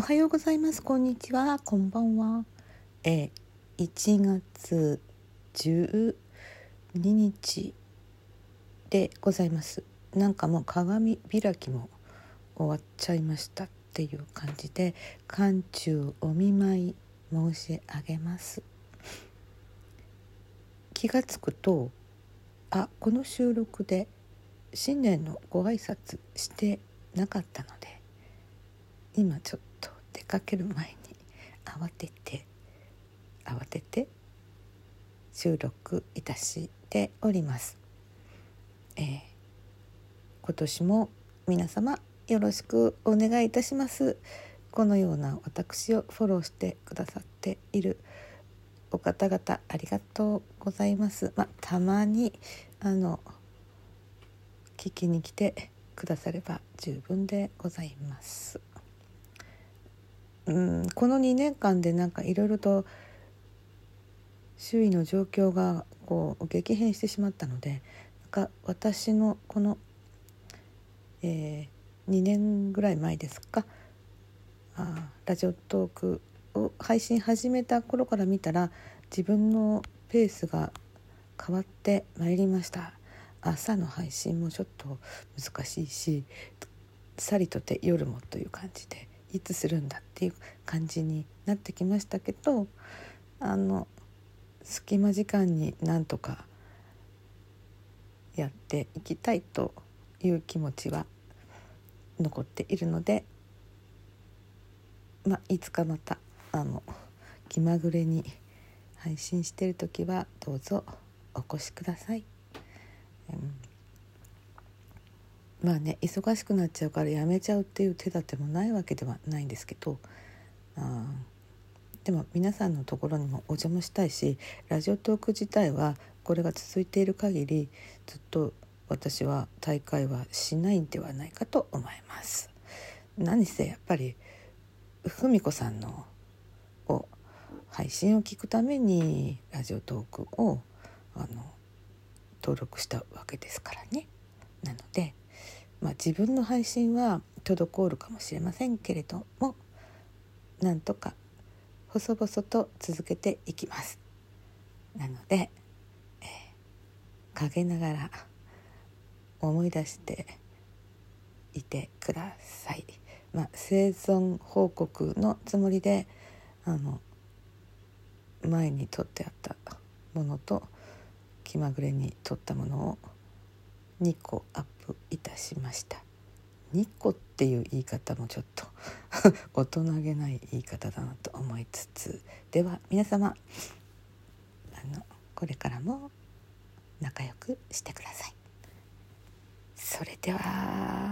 はようございます。こんにちは。こんばんは。1月12日でございます。なんかもう鏡開きも終わっちゃいましたっていう感じで、寒中お見舞い申し上げます。気がつくと、この収録で新年のご挨拶してなかったので、今ちょっと出かける前に慌てて収録いたしております。今年も皆様よろしくお願いいたします。このような私をフォローしてくださっているお方々ありがとうございます。たまに聞きに来てくだされば十分でございます。この2年間でなんかいろいろと周囲の状況が激変してしまったので、私のこの、2年ぐらい前ですか、ラジオトークを配信始めた頃から見たら自分のペースが変わってまいりました。朝の配信もちょっと難しいし、さりとて夜もという感じでいつするんだっていう感じになってきましたけど、隙間時間になんとかやっていきたいという気持ちは残っているので、いつかまた気まぐれに配信している時はどうぞお越しください。忙しくなっちゃうからやめちゃうっていう手立てもないわけではないんですけど、でも皆さんのところにもお邪魔したいし、ラジオトーク自体はこれが続いている限りずっと私は大会はしないんではないかと思います。何せやっぱり文子さんの配信を聞くためにラジオトークを登録したわけですからね。なので、自分の配信は滞るかもしれませんけれども、なんとか細々と続けていきます。なので、陰ながら思い出していてください。生存報告のつもりで前に撮ってあったものと気まぐれに撮ったものを2個アップいたしました。2個っていう言い方もちょっと大人げない言い方だなと思いつつ、では皆様これからも仲良くしてください。それでは